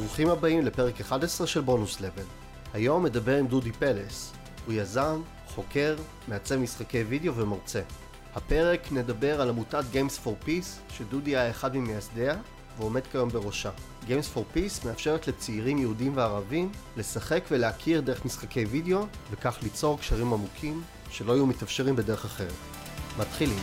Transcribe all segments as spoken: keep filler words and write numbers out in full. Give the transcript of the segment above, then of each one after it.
ברוכים הבאים לפרק אחד עשר של בונוס לבל. היום מדבר עם דודי פלס. הוא יזם, חוקר, מעצב משחקי וידאו ומרצה. הפרק נדבר על עמותת Games for Peace, שדודי היה אחד ממייסדיה ועומד כיום בראשה. Games for Peace מאפשרת לצעירים יהודים וערבים לשחק ולהכיר דרך משחקי וידאו, וכך ליצור קשרים עמוקים שלא יהיו מתאפשרים בדרך אחרת. מתחילים.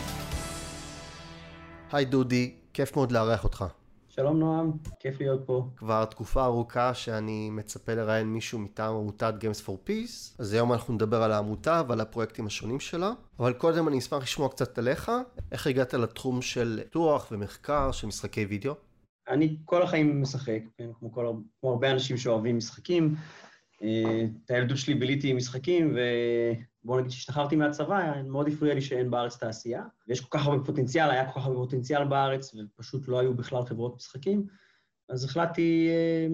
היי דודי, כיף מאוד לארח אותך. שלום נועם, כיף להיות פה. כבר תקופה ארוכה שאני מצפה לראיין מישהו מטעם עמותת Games for Peace, אז היום אנחנו נדבר על העמותה ועל הפרויקטים השונים שלה, אבל קודם אני אשמח לשמוע קצת עליך. איך הגעת לתחום של פיתוח ומחקר של משחקי וידאו? אני כל החיים משחק, כמו, כל, כמו הרבה אנשים שאוהבים משחקים. את הילדות שלי ביליתי עם משחקים, ובואו נגיד שהשתחררתי מהצבא, מאוד הפריע לי שאין בארץ תעשייה, ויש כל כך הרבה פוטנציאל, היה כל כך הרבה פוטנציאל בארץ, ופשוט לא היו בכלל חברות משחקים, אז החלטתי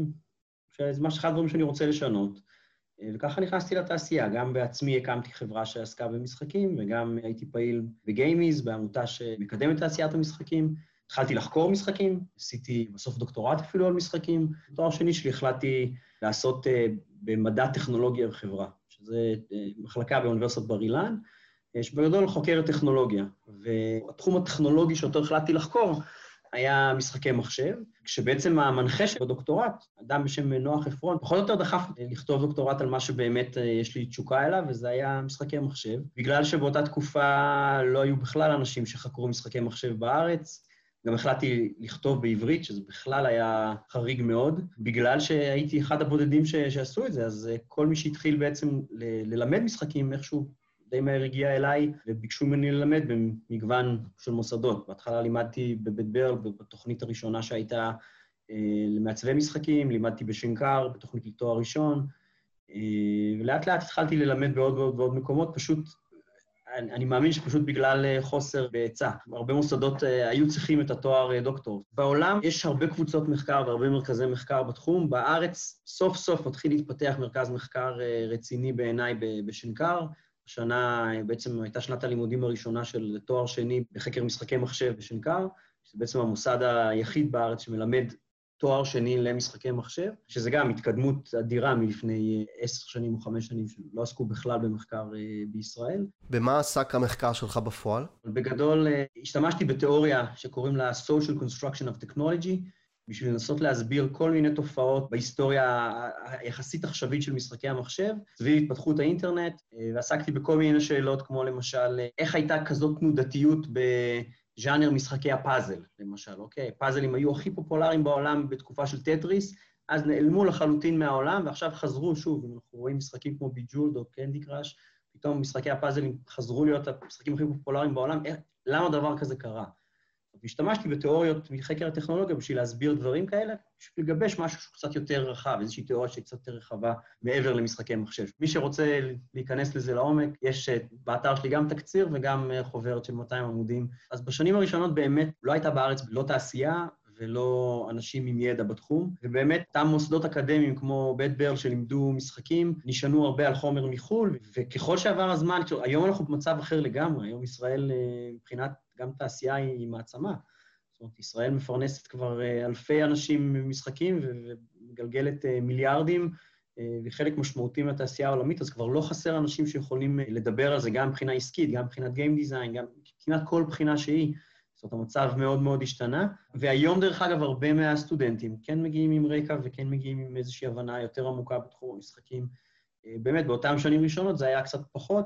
שזה מה שאחד הדברים שאני רוצה לשנות, וככה נכנסתי לתעשייה. גם בעצמי הקמתי חברה שעסקה במשחקים, וגם הייתי פעיל בגיימיז, בעמותה שמקדמת תעשיית המשחקים. התחלתי לחקור משחקים, עשיתי בסוף דוקטורט אפילו על משחקים. בתואר שני שלי החלטתי לעשות במדע טכנולוגיה וחברה, שזה מחלקה באוניברסיטת בר אילן, שבגדול חוקרת טכנולוגיה. והתחום הטכנולוגי שאותו החלטתי לחקור היה משחקי מחשב, כשבעצם המנחה שבדוקטורט, אדם בשם נוח אפרון, פחות או יותר דחף לכתוב דוקטורט על מה שבאמת יש לי תשוקה אליו, וזה היה משחקי מחשב. בגלל שבאותה תקופה לא היו בכלל אנשים שחקרו משחקי מחשב בארץ, גם החלטתי לכתוב בעברית, שזה בכלל היה חריג מאוד, בגלל שהייתי אחד הבודדים ש... שעשו את זה, אז כל מי שהתחיל בעצם ל... ללמד משחקים, איכשהו די מהר הגיע אליי, וביקשו ממני ללמד במגוון של מוסדות. בהתחלה לימדתי בבית ברל, בתוכנית הראשונה שהייתה אה, למעצבי משחקים, לימדתי בשנקר, בתוכנית לתואר ראשון, אה, ולאט לאט התחלתי ללמד בעוד ועוד ועוד מקומות, פשוט אני, אני מאמין שפשוט בגלל חוסר בהיצע. הרבה מוסדות אה, היו צריכים את התואר אה, דוקטור. בעולם יש הרבה קבוצות מחקר והרבה מרכזי מחקר בתחום. בארץ סוף סוף מתחיל להתפתח מרכז מחקר אה, רציני בעיניי בשנקר. השנה בעצם הייתה שנת הלימודים הראשונה של תואר שני בחקר משחקי מחשב בשנקר, שזה בעצם המוסד היחיד בארץ שמלמד תואר שני למשחקי מחשב, שזה גם התקדמות אדירה מלפני עשר שנים או חמש שנים שלא עסקו בכלל במחקר בישראל. במה עסק המחקר שלך בפועל? בגדול, השתמשתי בתיאוריה שקוראים לה Social Construction of Technology, בשביל לנסות להסביר כל מיני תופעות בהיסטוריה היחסית עכשווית של משחקי המחשב, סביב התפתחות האינטרנט, ועסקתי בכל מיני שאלות, כמו למשל, איך הייתה כזאת תנודתיות בז'אנר משחקי הפאזל, למשל, אוקיי? פאזלים היו הכי פופולריים בעולם בתקופה של טטריס, אז נעלמו לחלוטין מהעולם, ועכשיו חזרו שוב, אם אנחנו רואים משחקים כמו ביג'ולד או קנדי קראש, פתאום משחקי הפאזלים חזרו להיות המשחקים הכי פופולריים בעולם. למה דבר כזה קרה? והשתמשתי בתיאוריות מחקר הטכנולוגיה בשביל להסביר דברים כאלה, בשביל לגבש משהו שהוא קצת יותר רחב, איזושהי תיאוריה שהיא קצת יותר רחבה מעבר למשחקי מחשב. מי שרוצה להיכנס לזה לעומק, יש באתר שלי גם תקציר וגם חוברת של מאתיים עמודים. אז בשנים הראשונות באמת לא הייתה בארץ לא תעשייה ולא אנשים עם ידע בתחום, ובאמת אותם מוסדות אקדמיים כמו בית ברל שלימדו משחקים, נשענו הרבה על חומר מחול, וככל שעבר הזמן, היום אנחנו במצב אחר לגמרי, היום ישראל מבחינת גם תעשייה היא מעצמה. זאת אומרת, ישראל מפרנסת כבר אלפי אנשים במשחקים ומגלגלת מיליארדים, וחלק משמעותי מהתעשייה העולמית, אז כבר לא חסר אנשים שיכולים לדבר על זה, גם מבחינה עסקית, גם מבחינת גיים דיזיין, גם כמעט כל בחינה שהיא. זאת אומרת, המצב מאוד מאוד השתנה, והיום דרך אגב הרבה מהסטודנטים כן מגיעים עם רקע וכן מגיעים עם איזושהי הבנה יותר עמוקה בתחום המשחקים. באמת, באותם שנים ראשונות זה היה קצת פחות,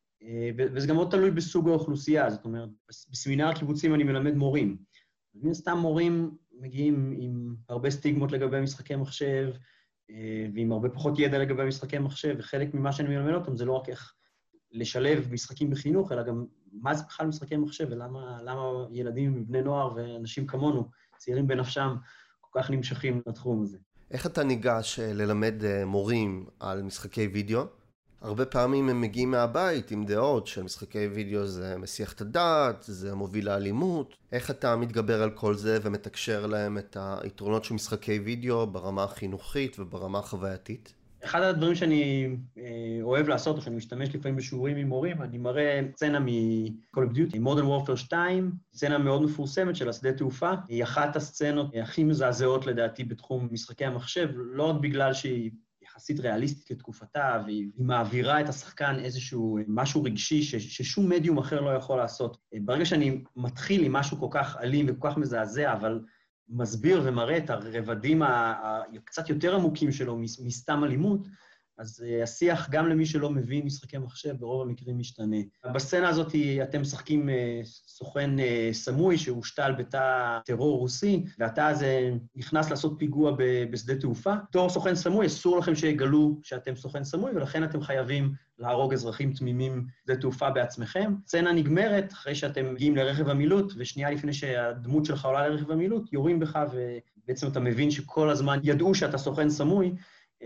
וזה גם מאוד תלוי בסוג האוכלוסייה, זאת אומרת, בסמינר הקיבוצים אני מלמד מורים. מן סתם מורים מגיעים עם הרבה סטיגמות לגבי משחקי מחשב, ועם הרבה פחות ידע לגבי משחקי מחשב, וחלק ממה שאני מלמד אותם זה לא רק איך לשלב משחקים בחינוך, אלא גם מה זה בכלל משחקי מחשב, ולמה למה ילדים מבני נוער ואנשים כמונו, צעירים בנפשם, כל כך נמשכים לתחום הזה. איך אתה ניגש ללמד מורים על משחקי וידאו? הרבה פעמים הם מגיעים מהבית עם דעות של משחקי וידאו זה מסיח את הדעת, זה מוביל לאלימות. איך אתה מתגבר על כל זה ומתקשר להם את היתרונות של משחקי וידאו ברמה החינוכית וברמה החווייתית? אחד הדברים שאני אוהב לעשות, או שאני משתמש לפעמים בשיעורים עם מורים, אני מראה סצנה מ-Call of Duty, Modern Warfare שתיים, סצנה מאוד מפורסמת של השדה תעופה, היא אחת הסצנות הכי מזעזעות לדעתי בתחום משחקי המחשב, לא רק בגלל שהיא יחסית ריאליסטית לתקופתה, והיא מעבירה את השחקן איזשהו משהו רגשי ש, ששום מדיום אחר לא יכול לעשות. ברגע שאני מתחיל עם משהו כל כך אלים וכל כך מזעזע, אבל מסביר ומראה את הרבדים הקצת יותר עמוקים שלו מסתם אלימות, אז השיח גם למי שלא מבין משחקי מחשב ברוב המקרים משתנה. בסצנה הזאת אתם משחקים סוכן סמוי שהושתל בתא טרור רוסי, והתא הזה נכנס לעשות פיגוע בשדה תעופה. בתור סוכן סמוי אסור לכם שיגלו שאתם סוכן סמוי, ולכן אתם חייבים להרוג אזרחים תמימים בשדה תעופה בעצמכם. סצנה נגמרת אחרי שאתם מגיעים לרכב המילוט, ושנייה לפני שהדמות שלך עולה לרכב המילוט, יורים בך, ובעצם אתה מבין שכל הזמן ידעו שאתה סוכן סמוי,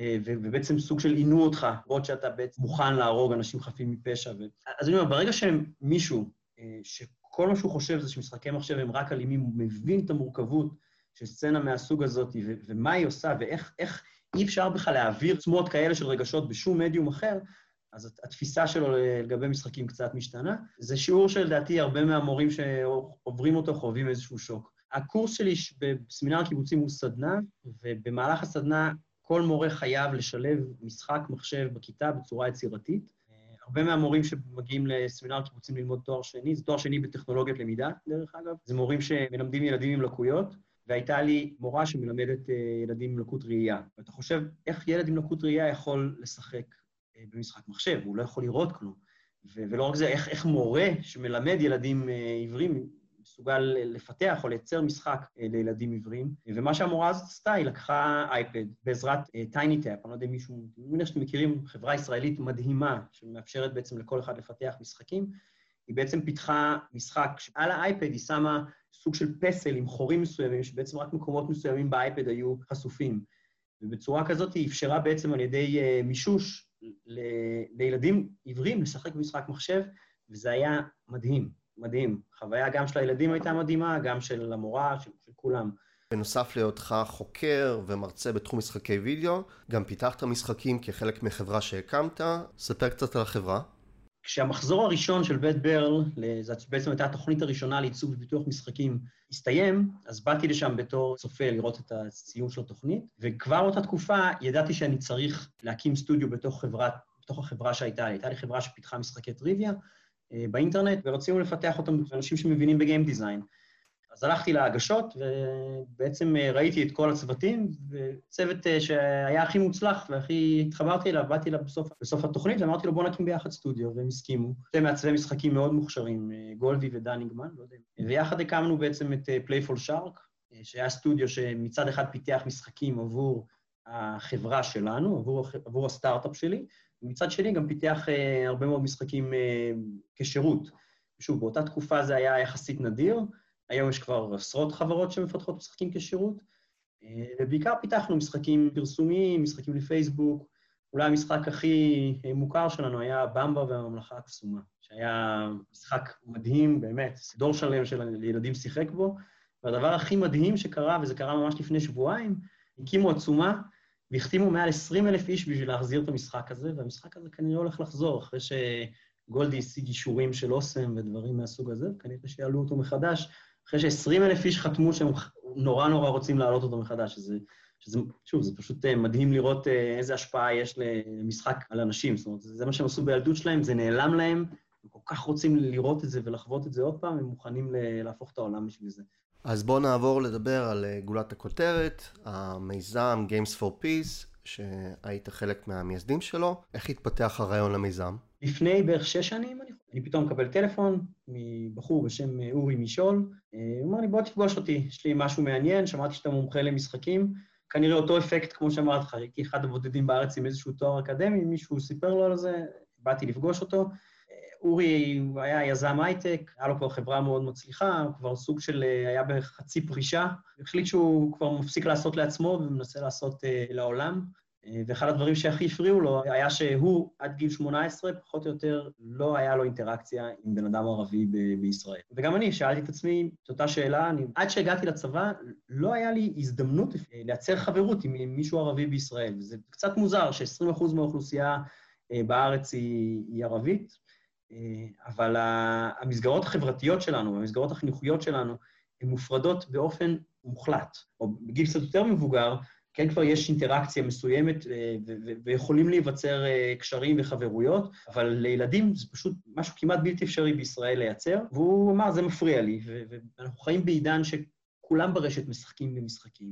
ובעצם סוג של עינו אותך, עוד שאתה בעצם מוכן להרוג אנשים חפים מפשע. אז אני אומר, ברגע שמישהו, שכל מה שהוא חושב זה שמשחקי מחשב הם רק אלימים, הוא מבין את המורכבות של סצנה מהסוג הזאת, ומה היא עושה, ואיך אי אפשר בכלל להעביר צמות כאלה של רגשות בשום מדיום אחר, אז התפיסה שלו לגבי משחקים קצת משתנה. זה שיעור שלדעתי הרבה מהמורים שעוברים אותו חווים איזשהו שוק. הקורס שלי בסמינר הקיבוצים הוא סדנה, ובמהלך הסדנה כל מורה חייב לשלב משחק מחשב בכיתה בצורה יצירתית. הרבה מהמורים שמגיעים לסמינר קיבוצים ללמוד תואר שני, זה תואר שני בטכנולוגיית למידה, דרך אגב. זה מורים שמלמדים ילדים עם לקויות, והייתה לי מורה שמלמדת ילדים עם לקות ראייה. ואתה חושב, איך ילד עם לקות ראייה יכול לשחק במשחק מחשב? הוא לא יכול לראות כלום. ולא רק זה, איך, איך מורה שמלמד ילדים עיוורים, מסוגל לפתח או לייצר משחק לילדים עיוורים. ומה שהמורה הזאת עשתה, היא לקחה אייפד בעזרת טייני טאפ, אני לא יודע אם מישהו, אני מבין שאתם מכירים חברה ישראלית מדהימה, שמאפשרת בעצם לכל אחד לפתח משחקים, היא בעצם פיתחה משחק, על האייפד היא שמה סוג של פסל עם חורים מסוימים, שבעצם רק מקומות מסוימים באייפד היו חשופים. ובצורה כזאת היא אפשרה בעצם על ידי מישוש לילדים עיוורים לשחק במשחק מחשב, וזה היה מדהים. מדהים. חוויה גם של הילדים הייתה מדהימה, גם של המורה, של, של כולם. בנוסף להיותך חוקר ומרצה בתחום משחקי וידאו, גם פיתחת משחקים כחלק מחברה שהקמת. ספר קצת על החברה. כשהמחזור הראשון של בית ברל, זאת בעצם הייתה התוכנית הראשונה לעיצוב ופיתוח משחקים, הסתיים, אז באתי לשם בתור צופה לראות את הסיום של התוכנית, וכבר אותה תקופה ידעתי שאני צריך להקים סטודיו בתוך חברה, בתוך החברה שהייתה לי. הייתה לי חברה שפיתחה משחקי טריוויה, באינטרנט, ורצינו לפתח אותם אנשים שמבינים בגיים דיזיין. אז הלכתי להגשות, ובעצם ראיתי את כל הצוותים, וצוות שהיה הכי מוצלח והכי התחברתי אליו, באתי אליו בסוף, בסוף התוכנית, ואמרתי לו, בוא נקים ביחד סטודיו, והם הסכימו. שתי מעצבי משחקים מאוד מוכשרים, גולדי ודניגמן, לא יודע. ויחד הקמנו בעצם את Playful Shark, שהיה סטודיו שמצד אחד פיתח משחקים עבור החברה שלנו, עבור, עבור הסטארט-אפ שלי, ומצד שני גם פיתח אה, הרבה מאוד משחקים אה, כשירות. שוב, באותה תקופה זה היה יחסית נדיר, היום יש כבר עשרות חברות שמפתחות משחקים כשירות, אה, ובעיקר פיתחנו משחקים פרסומיים, משחקים לפייסבוק, אולי המשחק הכי אה, מוכר שלנו היה במבה והממלכה הקסומה, שהיה משחק מדהים, באמת, דור שלם של ילדים שיחק בו, והדבר הכי מדהים שקרה, וזה קרה ממש לפני שבועיים, הקימו עצומה, והחתימו מעל עשרים אלף איש בשביל להחזיר את המשחק הזה, והמשחק הזה כנראה הולך לחזור, אחרי שגולדי השיג אישורים של אוסם ודברים מהסוג הזה, וכנראה שיעלו אותו מחדש, אחרי ש-עשרים אלף איש חתמו שהם נורא נורא רוצים להעלות אותו מחדש, שזה, שזה, שוב, זה פשוט מדהים לראות איזה השפעה יש למשחק על אנשים, זאת אומרת, זה מה שהם עשו בילדות שלהם, זה נעלם להם, הם כל כך רוצים לראות את זה ולחוות את זה עוד פעם, הם מוכנים להפוך את העולם בשביל זה. אז בואו נעבור לדבר על גולת הכותרת, המיזם Games for Peace, שהיית חלק מהמייסדים שלו. איך התפתח הרעיון למיזם? לפני בערך שש שנים, אני, אני פתאום מקבל טלפון מבחור בשם אורי מישול, הוא אמר לי, בוא תפגוש אותי, יש לי משהו מעניין, שמעתי שאתה מומחה למשחקים, כנראה אותו אפקט, כמו שאמרת לך, הייתי אחד הבודדים בארץ עם איזשהו תואר אקדמי, מישהו סיפר לו על זה, באתי לפגוש אותו, אורי היה יזם הייטק, היה לו כבר חברה מאוד מצליחה, הוא כבר סוג של, היה בחצי פרישה, החליט שהוא כבר מפסיק לעשות לעצמו ומנסה לעשות uh, לעולם. ואחד הדברים שהכי הפריעו לו היה שהוא עד גיל שמונה עשרה, פחות או יותר, לא היה לו אינטראקציה עם בן אדם ערבי ב- בישראל. וגם אני שאלתי את עצמי את אותה שאלה, אני, עד שהגעתי לצבא, לא היה לי הזדמנות לייצר חברות עם מישהו ערבי בישראל. וזה קצת מוזר ש-עשרים אחוז מהאוכלוסייה בארץ היא, היא ערבית, אבל המסגרות החברתיות שלנו, המסגרות החינוכיות שלנו, הן מופרדות באופן מוחלט, או בגיל קצת יותר מבוגר, כן, כבר יש אינטראקציה מסוימת ו- ו- ויכולים להיווצר קשרים וחברויות, אבל לילדים זה פשוט משהו כמעט בלתי אפשרי בישראל לייצר, והוא אמר, זה מפריע לי, ו- ואנחנו חיים בעידן שכולם ברשת משחקים במשחקים,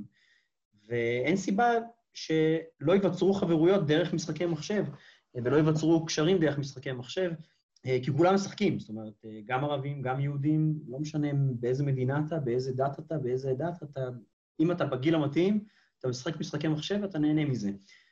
ואין סיבה שלא ייווצרו חברויות דרך משחקי מחשב, ולא ייווצרו קשרים דרך משחקי מחשב, כי כולם משחקים, זאת אומרת, גם ערבים, גם יהודים, לא משנה באיזה מדינה אתה, באיזה דת אתה, באיזה דת אתה, אם אתה בגיל המתאים, אתה משחק משחקי מחשב, אתה נהנה מזה.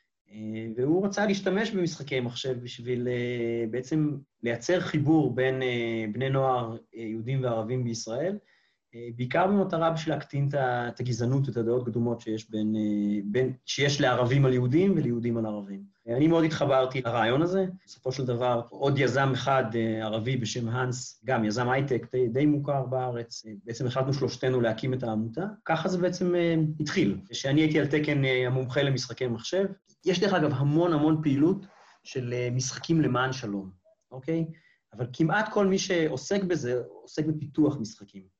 והוא רצה להשתמש במשחקי מחשב בשביל בעצם לייצר חיבור בין בני נוער יהודים וערבים בישראל, בעיקר במטרה בשביל להקטין את הגזענות ואת הדעות קדומות שיש בין, בין, שיש לערבים על יהודים וליהודים על ערבים. אני מאוד התחברתי לרעיון הזה. בסופו של דבר, עוד יזם אחד ערבי בשם הנס, גם יזם הייטק די, די מוכר בארץ, בעצם החלטנו שלושתנו להקים את העמותה. ככה זה בעצם התחיל. כשאני הייתי על תקן המומחה למשחקי מחשב, יש דרך אגב המון המון פעילות של משחקים למען שלום, אוקיי? אבל כמעט כל מי שעוסק בזה, עוסק בפיתוח משחקים.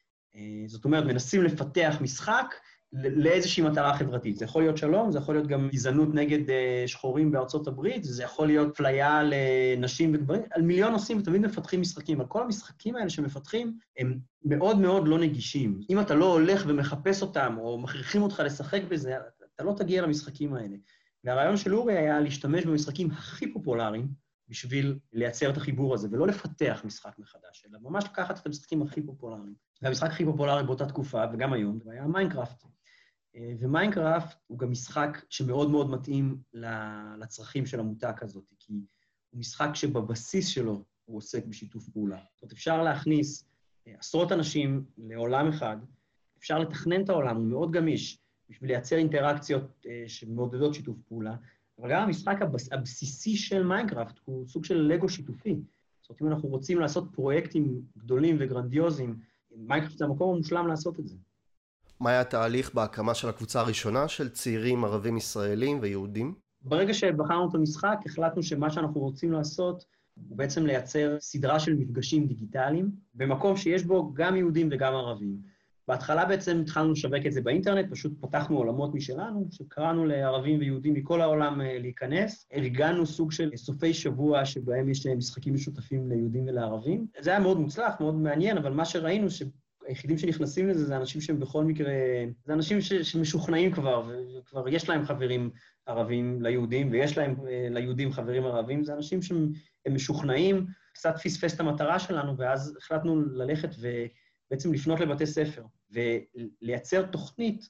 זאת אומרת, מנסים לפתח משחק לאיזושהי מטרה חברתית. זה יכול להיות שלום, זה יכול להיות גם גזענות נגד שחורים בארצות הברית, זה יכול להיות פליה לנשים וגברים, על מיליון נושאים ותמיד מפתחים משחקים. אבל כל המשחקים האלה שמפתחים הם מאוד מאוד לא נגישים. אם אתה לא הולך ומחפש אותם או מכריחים אותך לשחק בזה, אתה לא תגיע למשחקים האלה. והרעיון של אורי היה להשתמש במשחקים הכי פופולריים, בשביל לייצר את החיבור הזה, ולא לפתח משחק מחדש, אלא ממש לקחת את המשחקים הכי פופולריים. והמשחק הכי פופולרי באותה תקופה, וגם היום, זה היה מיינקראפט. ומיינקראפט הוא גם משחק שמאוד מאוד מתאים לצרכים של המותג הזאת, כי הוא משחק שבבסיס שלו הוא עוסק בשיתוף פעולה. זאת אומרת, אפשר להכניס עשרות אנשים לעולם אחד, אפשר לתכנן את העולם, הוא מאוד גמיש, בשביל לייצר אינטראקציות שמעודדות שיתוף פעולה, אבל גם המשחק הבסיסי של מיינקראפט הוא סוג של לגו שיתופי. זאת אומרת, אם אנחנו רוצים לעשות פרויקטים גדולים וגרנדיוזיים, מיינקראפט זה המקום המושלם לעשות את זה. מה היה התהליך בהקמה של הקבוצה הראשונה של צעירים ערבים ישראלים ויהודים? ברגע שבחרנו את המשחק, החלטנו שמה שאנחנו רוצים לעשות הוא בעצם לייצר סדרה של מפגשים דיגיטליים, במקום שיש בו גם יהודים וגם ערבים. בהתחלה בעצם התחלנו לשווק את זה באינטרנט, פשוט פתחנו עולמות משלנו, שקראנו לערבים ויהודים מכל העולם להיכנס, ארגנו סוג של סופי שבוע שבהם יש משחקים משותפים ליהודים ולערבים. זה היה מאוד מוצלח, מאוד מעניין, אבל מה שראינו שהיחידים שנכנסים לזה זה אנשים שהם בכל מקרה, זה אנשים שמשוכנעים כבר, וכבר יש להם חברים ערבים ליהודים, ויש להם ליהודים חברים ערבים, זה אנשים שהם משוכנעים, קצת פספס את המטרה שלנו, ואז החלטנו ללכת ו... בעצם לפנות לבתי ספר, ולייצר תוכנית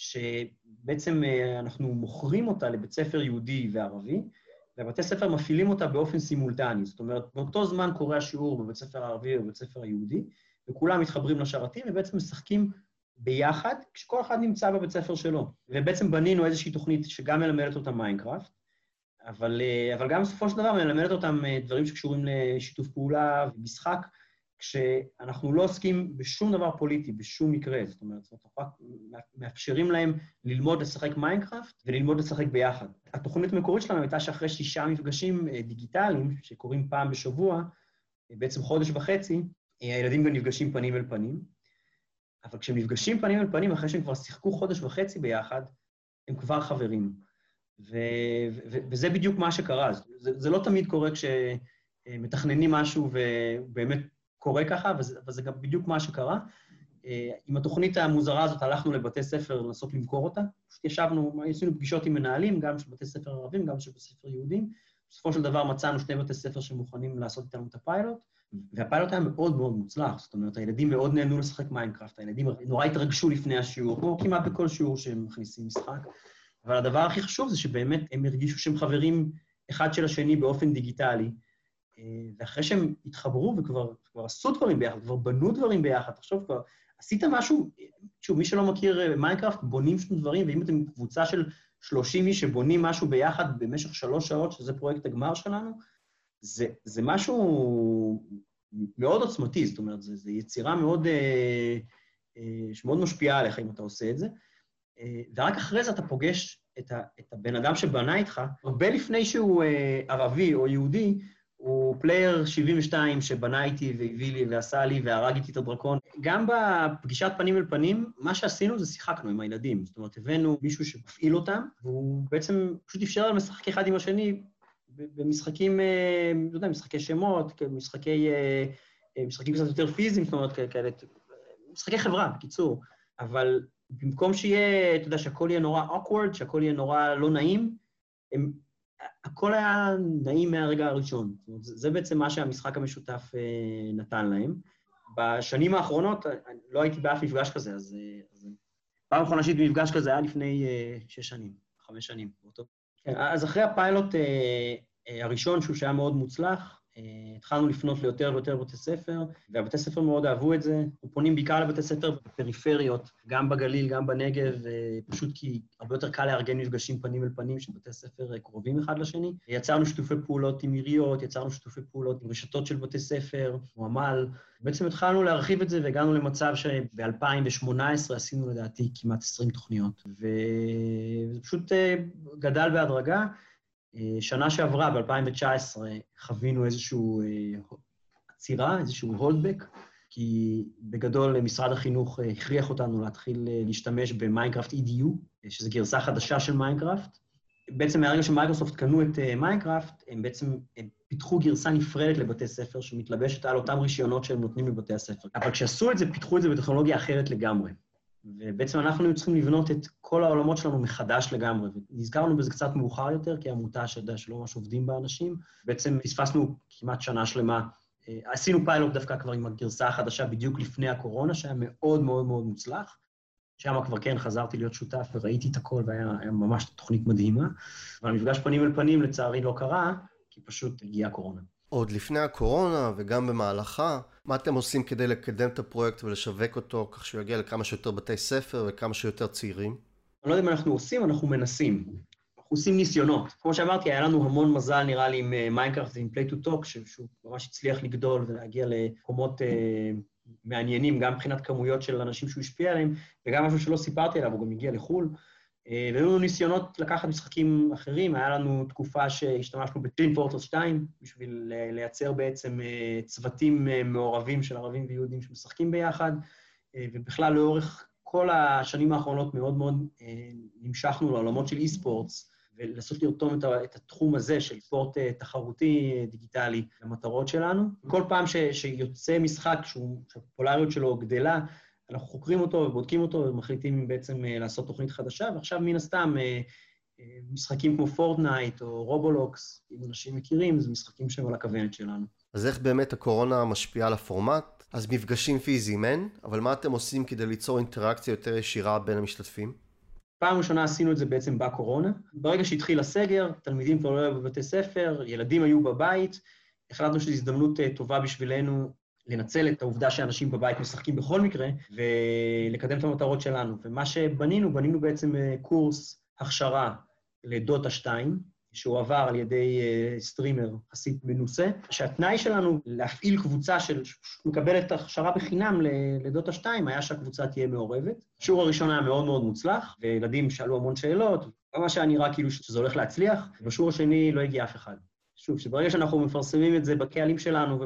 שבעצם אנחנו מוכרים אותה לבית ספר יהודי וערבי, ובתי ספר מפעילים אותה באופן סימולטני. זאת אומרת, באותו זמן קורה השיעור בבית ספר הערבי ובבית ספר היהודי, וכולם מתחברים לשרתים ובעצם משחקים ביחד, כשכל אחד נמצא בבית ספר שלו. ובעצם בנינו איזושהי תוכנית שגם מלמדת אותם מיינקראפט, אבל, אבל גם בסופו של דבר מלמדת אותם דברים שקשורים לשיתוף פעולה ומשחק, כשאנחנו לא עוסקים בשום דבר פוליטי, בשום מקרה. זאת אומרת, אנחנו רק מאפשרים להם ללמוד לשחק מיינקראפט וללמוד לשחק ביחד. התוכנית המקורית שלנו הייתה שאחרי שישה מפגשים דיגיטליים, שקורים פעם בשבוע, בעצם חודש וחצי, הילדים גם נפגשים פנים אל פנים, אבל כשהם נפגשים פנים אל פנים, אחרי שהם כבר שיחקו חודש וחצי ביחד, הם כבר חברים. ו- ו- וזה בדיוק מה שקרה. זה, זה לא תמיד קורה כשמתכננים משהו ובאמת קורה ככה, וזה, וזה גם בדיוק מה שקרה. עם התוכנית המוזרה הזאת הלכנו לבתי ספר לנסות למכור אותה. פשוט ישבנו, עשינו פגישות עם מנהלים, גם של בתי ספר ערבים, גם של בתי ספר יהודים. בסופו של דבר מצאנו שני בתי ספר שמוכנים לעשות איתנו את הפיילוט, והפיילוט היה מאוד מאוד מוצלח. זאת אומרת, הילדים מאוד נהנו לשחק מיינקראפט, הילדים נורא התרגשו לפני השיעור, כמו כמעט בכל שיעור שהם מכניסים משחק. אבל הדבר הכי חשוב זה שבאמת הם הרגישו שהם חברים אחד של השני באופן דיגיטלי, ואחרי שהם התחברו וכבר כבר עשו דברים ביחד, כבר בנו דברים ביחד, תחשוב כבר, עשית משהו, שוב, מי שלא מכיר מיינקראפט, בונים שום דברים, ואם אתם קבוצה של שלושים איש שבונים משהו ביחד במשך שלוש שעות, שזה פרויקט הגמר שלנו, זה, זה משהו מאוד עוצמתי, זאת אומרת, זה, זה יצירה מאוד, אה, אה, שמאוד משפיעה עליך אם אתה עושה את זה, אה, ורק אחרי זה אתה פוגש את, ה, את הבן אדם שבנה איתך, הרבה לפני שהוא אה, ערבי או יהודי, הוא פלייר שבעים ושתיים שבנה איתי והביא לי ועשה לי והרג איתי את הדרקון. גם בפגישת פנים אל פנים, מה שעשינו זה שיחקנו עם הילדים. זאת אומרת, הבאנו מישהו שמפעיל אותם, והוא בעצם פשוט אפשר להם לשחק אחד עם השני במשחקים, לא יודע, משחקי שמות, משחקי, משחקים קצת יותר פיזיים, זאת אומרת, כאלה, משחקי חברה, בקיצור. אבל במקום שיהיה, אתה יודע, שהכל יהיה נורא awkward, שהכל יהיה נורא לא נעים, הם... הכל היה נעים מהרגע הראשון. זה בעצם מה שהמשחק המשותף נתן להם. בשנים האחרונות, לא הייתי באף מפגש כזה, אז... פעם אחרונה שהייתי במפגש כזה היה לפני שש שנים, חמש שנים. אז אחרי הפיילוט הראשון, שהוא שהיה מאוד מוצלח, התחלנו לפנות ליותר ויותר בתי ספר, והבתי ספר מאוד אהבו את זה. אנחנו פונים בעיקר לבתי ספר בפריפריות, גם בגליל, גם בנגב, פשוט כי הרבה יותר קל לארגן מפגשים פנים אל פנים של בתי ספר קרובים אחד לשני. יצרנו שיתופי פעולות עם עיריות, יצרנו שיתופי פעולות עם רשתות של בתי ספר, כמו עמל. בעצם התחלנו להרחיב את זה, והגענו למצב שב-אלפיים שמונה עשרה עשינו לדעתי כמעט עשרים תוכניות, וזה פשוט גדל בהדרגה. שנה שעברה, ב-אלפיים תשע עשרה, חווינו איזשהו עצירה, איזשהו הולדבק, כי בגדול משרד החינוך הכריח אותנו להתחיל להשתמש במיינקראפט אי די יו, שזו גרסה חדשה של מיינקראפט. בעצם מהרגע שמייקרוסופט קנו את מיינקראפט, הם בעצם הם פיתחו גרסה נפרדת לבתי ספר, שמתלבשת על אותם רישיונות שהם נותנים לבתי הספר. אבל כשעשו את זה, פיתחו את זה בטכנולוגיה אחרת לגמרי. ובעצם אנחנו היו צריכים לבנות את כל העולמות שלנו מחדש לגמרי, ונזכרנו בזה קצת מאוחר יותר, כי העמותה שיודע שלא ממש עובדים באנשים, בעצם פספסנו כמעט שנה שלמה. עשינו פיילוט דווקא כבר עם הגרסה החדשה בדיוק לפני הקורונה, שהיה מאוד מאוד מאוד מוצלח, שם כבר כן חזרתי להיות שותף וראיתי את הכל, והיה ממש תוכנית מדהימה, אבל המפגש פנים אל פנים לצערי לא קרה, כי פשוט הגיעה הקורונה. עוד לפני הקורונה וגם במהלכה, מה אתם עושים כדי לקדם את הפרויקט ולשווק אותו כך שהוא יגיע לכמה שיותר בתי ספר וכמה שיותר צעירים? אני לא יודע מה אנחנו עושים, אנחנו מנסים. אנחנו עושים ניסיונות. כמו שאמרתי, היה לנו המון מזל נראה לי עם מיינקראפט ועם Play to Talk, שהוא ממש הצליח לגדול ולהגיע למקומות אה, מעניינים, גם מבחינת כמויות של אנשים שהוא השפיע עליהם, וגם משהו שלא סיפרתי עליו, הוא גם הגיע לחול. והיו לנו ניסיונות לקחת משחקים אחרים, היה לנו תקופה שהשתמשנו ב-Twin Fortress שתיים, בשביל לייצר בעצם צוותים מעורבים של ערבים ויהודים שמשחקים ביחד, ובכלל לאורך כל השנים האחרונות מאוד מאוד נמשכנו לעולמות של אי-ספורטס, ולנסות לרתום את התחום הזה של ספורט תחרותי דיגיטלי למטרות שלנו. כל פעם שיוצא משחק שהפופולריות שלו גדלה, אנחנו חוקרים אותו ובודקים אותו ומחליטים בעצם לעשות תוכנית חדשה, ועכשיו מן הסתם משחקים כמו פורטנייט או רובולוקס, אם אנשים מכירים, זה משחקים שהם על הכוונת שלנו. אז איך באמת הקורונה משפיעה על הפורמט? אז מפגשים פיזיים אין, אבל מה אתם עושים כדי ליצור אינטראקציה יותר ישירה בין המשתתפים? פעם ראשונה עשינו את זה בעצם בקורונה. ברגע שהתחיל הסגר, תלמידים כבר לא היו בבתי ספר, ילדים היו בבית, החלטנו שזו הזדמנות טובה בשבילנו לנצל את העובדה שאנשים בבית משחקים בכל מקרה, ולקדם את המטרות שלנו. ומה שבנינו, בנינו בעצם קורס הכשרה לדוטה שתיים, שהוא עבר על ידי סטרימר חסיד מנוסה, שהתנאי שלנו להפעיל קבוצה שמקבלת הכשרה בחינם לדוטה שתיים, היה שהקבוצה תהיה מעורבת. השיעור הראשון היה מאוד מאוד מוצלח, וילדים שאלו המון שאלות, ממש היה נראה כאילו שזה הולך להצליח, ובשיעור השני לא הגיע אף אחד. שוב, שברגע שאנחנו מפרסמים את זה בקהלים שלנו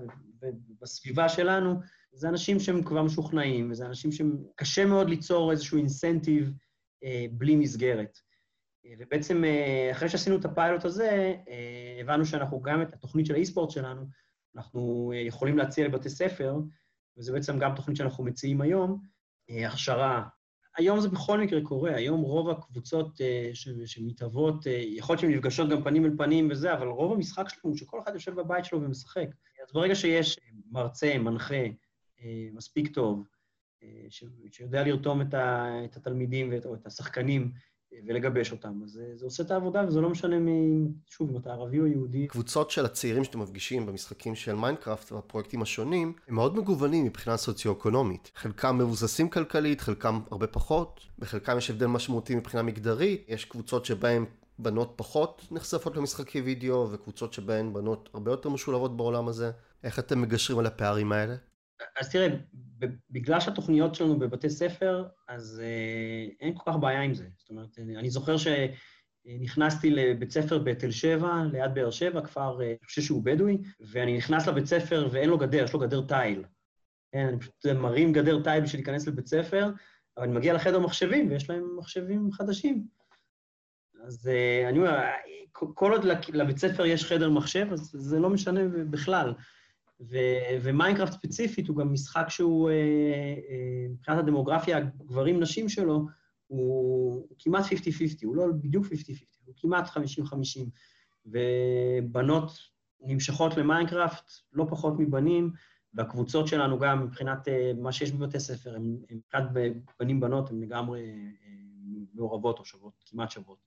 ובסביבה שלנו, זה אנשים שהם כבר משוכנעים, וזה אנשים שקשה מאוד ליצור איזשהו אינסנטיב אה, בלי מסגרת. ובעצם אחרי שעשינו את הפיילוט הזה, אה, הבנו שאנחנו גם את התוכנית של האי-ספורט שלנו, אנחנו יכולים להציע לבתי ספר, וזה בעצם גם תוכנית שאנחנו מציעים היום, אה, הכשרה. היום זה בכל מקרה קורה, היום רוב הקבוצות uh, שמתהוות, uh, יכול להיות שהן נפגשות גם פנים אל פנים וזה, אבל רוב המשחק שלנו, שכל אחד יושב בבית שלו ומשחק. אז ברגע שיש מרצה, מנחה, uh, מספיק טוב, uh, ש, שיודע לרתום את, ה, את התלמידים ואת, או את השחקנים uh, ולגבש אותם. אז זה, זה עושה את העבודה, וזה לא משנה מ... שוב, אם אתה ערבי או יהודי. קבוצות של הצעירים שאתם מפגישים במשחקים של מיינקראפט והפרויקטים השונים, הם מאוד מגוונים מבחינה סוציו-אקונומית. חלקם מבוססים כלכלית, חלקם הרבה פחות, בחלקם יש הבדל משמעותי מבחינה מגדרית, יש קבוצות שבהן בנות פחות נחשפות למשחקי וידאו, וקבוצות שבהן בנות הרבה יותר משולבות בעולם הזה. איך אתם מגשרים על הפערים האלה? אז תראה, בגלל שהתוכניות שלנו בבתי ספר, אז אה, אין כל כך בעיה עם זה. זאת אומרת, אני זוכר שנכנסתי לבית ספר בתל שבע, ליד באר שבע, כפר, אני חושב שהוא בדואי, ואני נכנס לבית ספר ואין לו גדר, יש לו גדר תיל. כן, אני פשוט מרים גדר תיל בשביל להיכנס לבית ספר, אבל אני מגיע לחדר מחשבים, ויש להם מחשבים חדשים. אז אה, אני אומר, כל עוד לבית ספר יש חדר מחשב, אז זה לא משנה בכלל. ומיינקראפט ספציפית הוא גם משחק שהוא, מבחינת הדמוגרפיה, גברים-נשים שלו, הוא כמעט חמישים חמישים, הוא לא בדיוק חמישים חמישים, הוא כמעט חמישים חמישים, ובנות נמשכות למיינקראפט, לא פחות מבנים, והקבוצות שלנו גם מבחינת מה שיש בבתי ספר, הם מבחינת בנים-בנות, הם לגמרי מעורבות או שוות, כמעט שוות.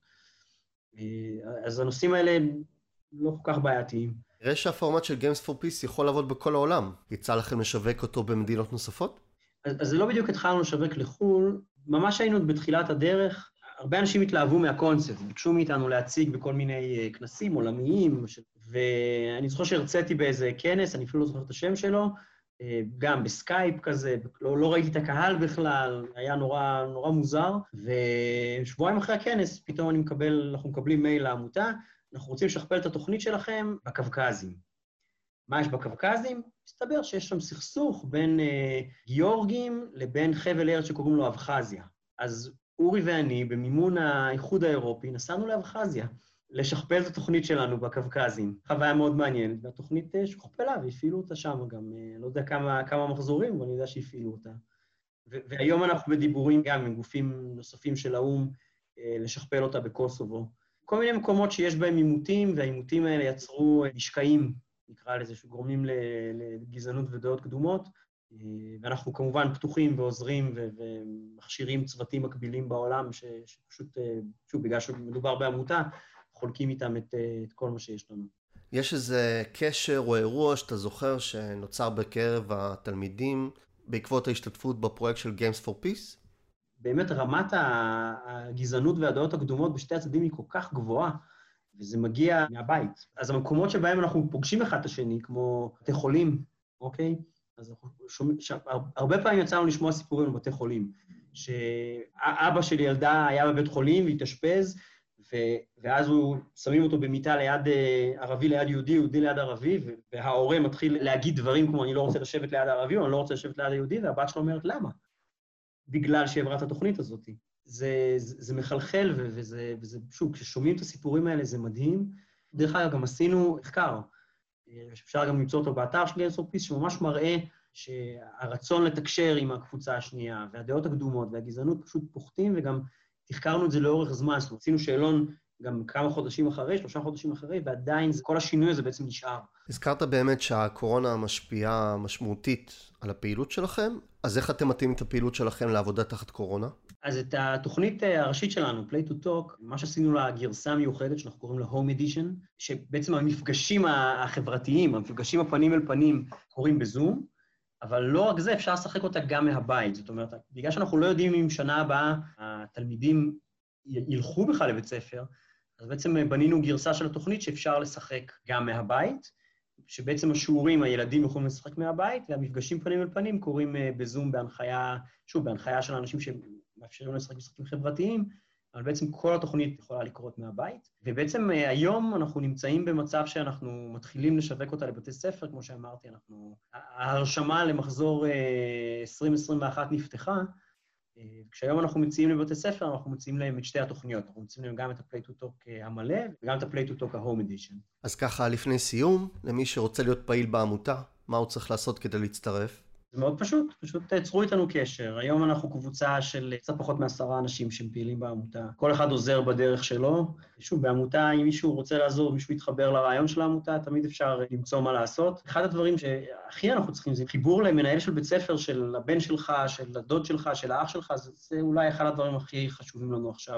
אז הנושאים האלה לא כל כך בעייתיים. נראה שהפורמט של Games for Peace יכול לעבוד בכל העולם. יצא לכם לשווק אותו במדינות נוספות? אז, אז זה לא בדיוק התחלנו לשווק לחול. ממש היינו בתחילת הדרך. הרבה אנשים התלהבו מהקונספט, ביקשו מאיתנו להציג בכל מיני כנסים עולמיים, ואני זוכר שהרציתי באיזה כנס, אני אפילו לא זוכר את השם שלו, גם בסקייפ כזה, לא, לא ראיתי את הקהל בכלל, היה נורא, נורא מוזר, ושבועיים אחרי הכנס פתאום אני מקבל, אנחנו מקבלים מייל לעמותה, אנחנו רוצים לשכפל את התוכנית שלכם בקווקזים. מה יש בקווקזים? מסתבר שיש שם סכסוך בין אה, גיאורגים לבין חבל ארץ שקוראים לו אבחזיה. אז אורי ואני, במימון האיחוד האירופי, נסענו לאבחזיה, לשכפל את התוכנית שלנו בקווקזים. חוויה מאוד מעניינת, והתוכנית אה, שוכפלה, והפעילו אותה שם גם, אה, לא יודע כמה, כמה מחזורים, אבל אני יודע שהפעילו אותה. ו- והיום אנחנו בדיבורים גם עם גופים נוספים של האום, אה, לשכפל אותה בקוסובו. כל מיני מקומות שיש בהם עימותים, והעימותים האלה יצרו משקעים, נקרא לזה, שגורמים לגזענות ודעות קדומות, ואנחנו כמובן פתוחים ועוזרים ומכשירים צוותים מקבילים בעולם, שפשוט, שוב, בגלל שמדובר בעמותה, חולקים איתם את, את כל מה שיש לנו. יש איזה קשר או אירוע שאתה זוכר שנוצר בקרב התלמידים בעקבות ההשתתפות בפרויקט של Games for Peace? באמת רמת הגזענות והדעות הקדומות בשתי הצדדים היא כל כך גבוהה, וזה מגיע מהבית. אז המקומות שבהם אנחנו פוגשים אחד את השני, כמו בתי חולים, אוקיי? אז אנחנו שומעים, הרבה פעמים יצאנו לשמוע סיפורים בבתי חולים, שאבא של ילדה היה בבית חולים והתאשפז, ואז הוא, שמים אותו במיטה ליד ערבי ליד יהודי, יהודי ליד ערבי, וההורה מתחיל להגיד דברים כמו אני לא רוצה לשבת ליד הערבי, או אני לא רוצה לשבת ליד היהודי, והבת שלו אומרת למה? בגלל שעברה את התוכנית הזאת. זה, זה, זה מחלחל, וזה, וזה, שוב, כששומעים את הסיפורים האלה, זה מדהים. דרך אגב, גם עשינו מחקר, אפשר גם למצוא אותו באתר של Games for Peace, שממש מראה שהרצון לתקשר עם הקבוצה השנייה, והדעות הקדומות והגזענות פשוט פוחתים, וגם תחקרנו את זה לאורך זמן, זאת אומרת, עשינו שאלון גם כמה חודשים אחרי, שלושה חודשים אחרי, ועדיין זה, כל השינוי הזה בעצם נשאר. הזכרת באמת שהקורונה משפיעה משמעותית על הפעילות שלכם, אז איך אתם מתאים את הפעילות שלכם לעבודה תחת קורונה? אז את התוכנית הראשית שלנו, Play to Talk, מה שעשינו לה גרסה מיוחדת, שאנחנו קוראים לה Home Edition, שבעצם המפגשים החברתיים, המפגשים הפנים אל פנים, קוראים בזום, אבל לא רק זה, אפשר לשחק אותה גם מהבית. זאת אומרת, בגלל שאנחנו לא יודעים אם שנה הבאה התלמידים ילכו בכלל לבית ספר, אז בעצם בנינו גרסה של התוכנית שאפשר לשחק גם מהבית, שבעצם השיעורים, הילדים יכולים לשחק מהבית, והמפגשים פנים אל פנים קוראים בזום בהנחיה, שוב, בהנחיה של האנשים שמאפשרים לשחק משחקים חברתיים, אבל בעצם כל התוכנית יכולה לקרות מהבית. ובעצם היום אנחנו נמצאים במצב שאנחנו מתחילים לשווק אותה לבתי ספר, כמו שאמרתי, אנחנו, ההרשמה למחזור עשרים עשרים ואחת נפתחה, כשהיום אנחנו מציעים לבתי ספר, אנחנו מציעים להם את שתי התוכניות. אנחנו מציעים להם גם את ה-Play to Talk המלא, וגם את ה-Play to Talk ה-Home Edition. אז ככה, לפני סיום, למי שרוצה להיות פעיל בעמותה, מה הוא צריך לעשות כדי להצטרף? זה מאוד פשוט, פשוט תצרו איתנו קשר. היום אנחנו קבוצה של קצת פחות מעשרה אנשים שהם פעילים בעמותה. כל אחד עוזר בדרך שלו. שוב, בעמותה, אם מישהו רוצה לעזור, מישהו יתחבר לרעיון של העמותה, תמיד אפשר למצוא מה לעשות. אחד הדברים שהכי אנחנו צריכים זה חיבור למנהל של בית ספר, של הבן שלך, של הדוד שלך, של האח שלך, זה, זה אולי אחד הדברים הכי חשובים לנו עכשיו.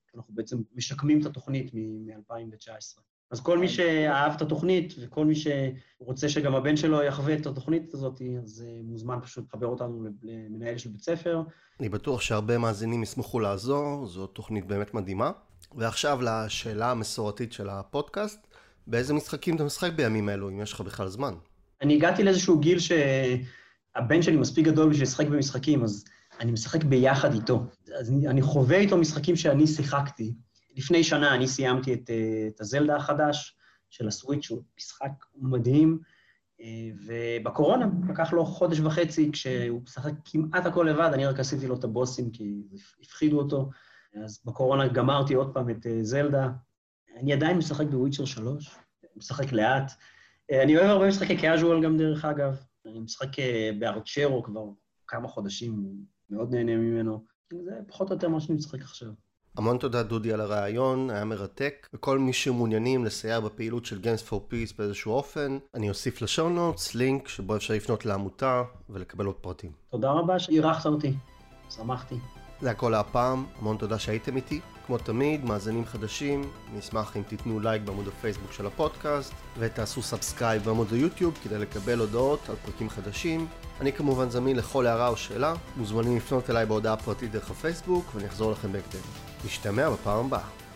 אנחנו בעצם משקמים את התוכנית מ-אלפיים תשע עשרה. אז כל מי שאהב את התוכנית, וכל מי שרוצה שגם הבן שלו יחווה את התוכנית הזאת, אז מוזמן פשוט לחבר אותנו למנהל של בית ספר. אני בטוח שהרבה מאזינים ישמחו לעזור, זו תוכנית באמת מדהימה. ועכשיו לשאלה המסורתית של הפודקאסט, באיזה משחקים אתה משחק בימים אלו, אם יש לך בכלל זמן? אני הגעתי לאיזשהו גיל שהבן שלי מספיק גדול בשביל לשחק במשחקים, אז אני משחק ביחד איתו. אז אני, אני חווה איתו משחקים שאני שיחקתי. לפני שנה אני סיימתי את, את הזלדה החדש של הסוויץ', שהוא משחק מדהים, ובקורונה לקח לו חודש וחצי, כשהוא משחק כמעט הכל לבד, אני רק עשיתי לו את הבוסים כי הפחידו אותו, אז בקורונה גמרתי עוד פעם את זלדה. אני עדיין משחק בוויצ'ר שלוש, משחק לאט. אני אוהב הרבה משחקי קאז'ואל גם דרך אגב, אני משחק בארצ'רו כבר כמה חודשים, מאוד נהנה ממנו. זה פחות או יותר מה שאני משחק עכשיו. המון תודה דודי על הרעיון, היה מרתק. וכל מי שמעוניינים לסייע בפעילות של Games for Peace באיזשהו אופן, אני אוסיף לשואו נוטס לינק שבו אפשר לפנות לעמותה ולקבל עוד פרטים. תודה רבה שאירחת אותי, שמחתי. זה הכל הפעם, המון תודה שהייתם איתי. כמו תמיד, מאזינים חדשים, נשמח אם תיתנו לייק בעמוד הפייסבוק של הפודקאסט, ותעשו סאבסקרייב בעמוד היוטיוב כדי לקבל הודעות על פרקים חדשים. אני כמובן זמין לכל הערה או שאלה, מוזמנים לפנות אליי בהודעה פרטית דרך הפייסבוק, ואני אחזור לכם בהקדם. נשתמע בפעם הבאה.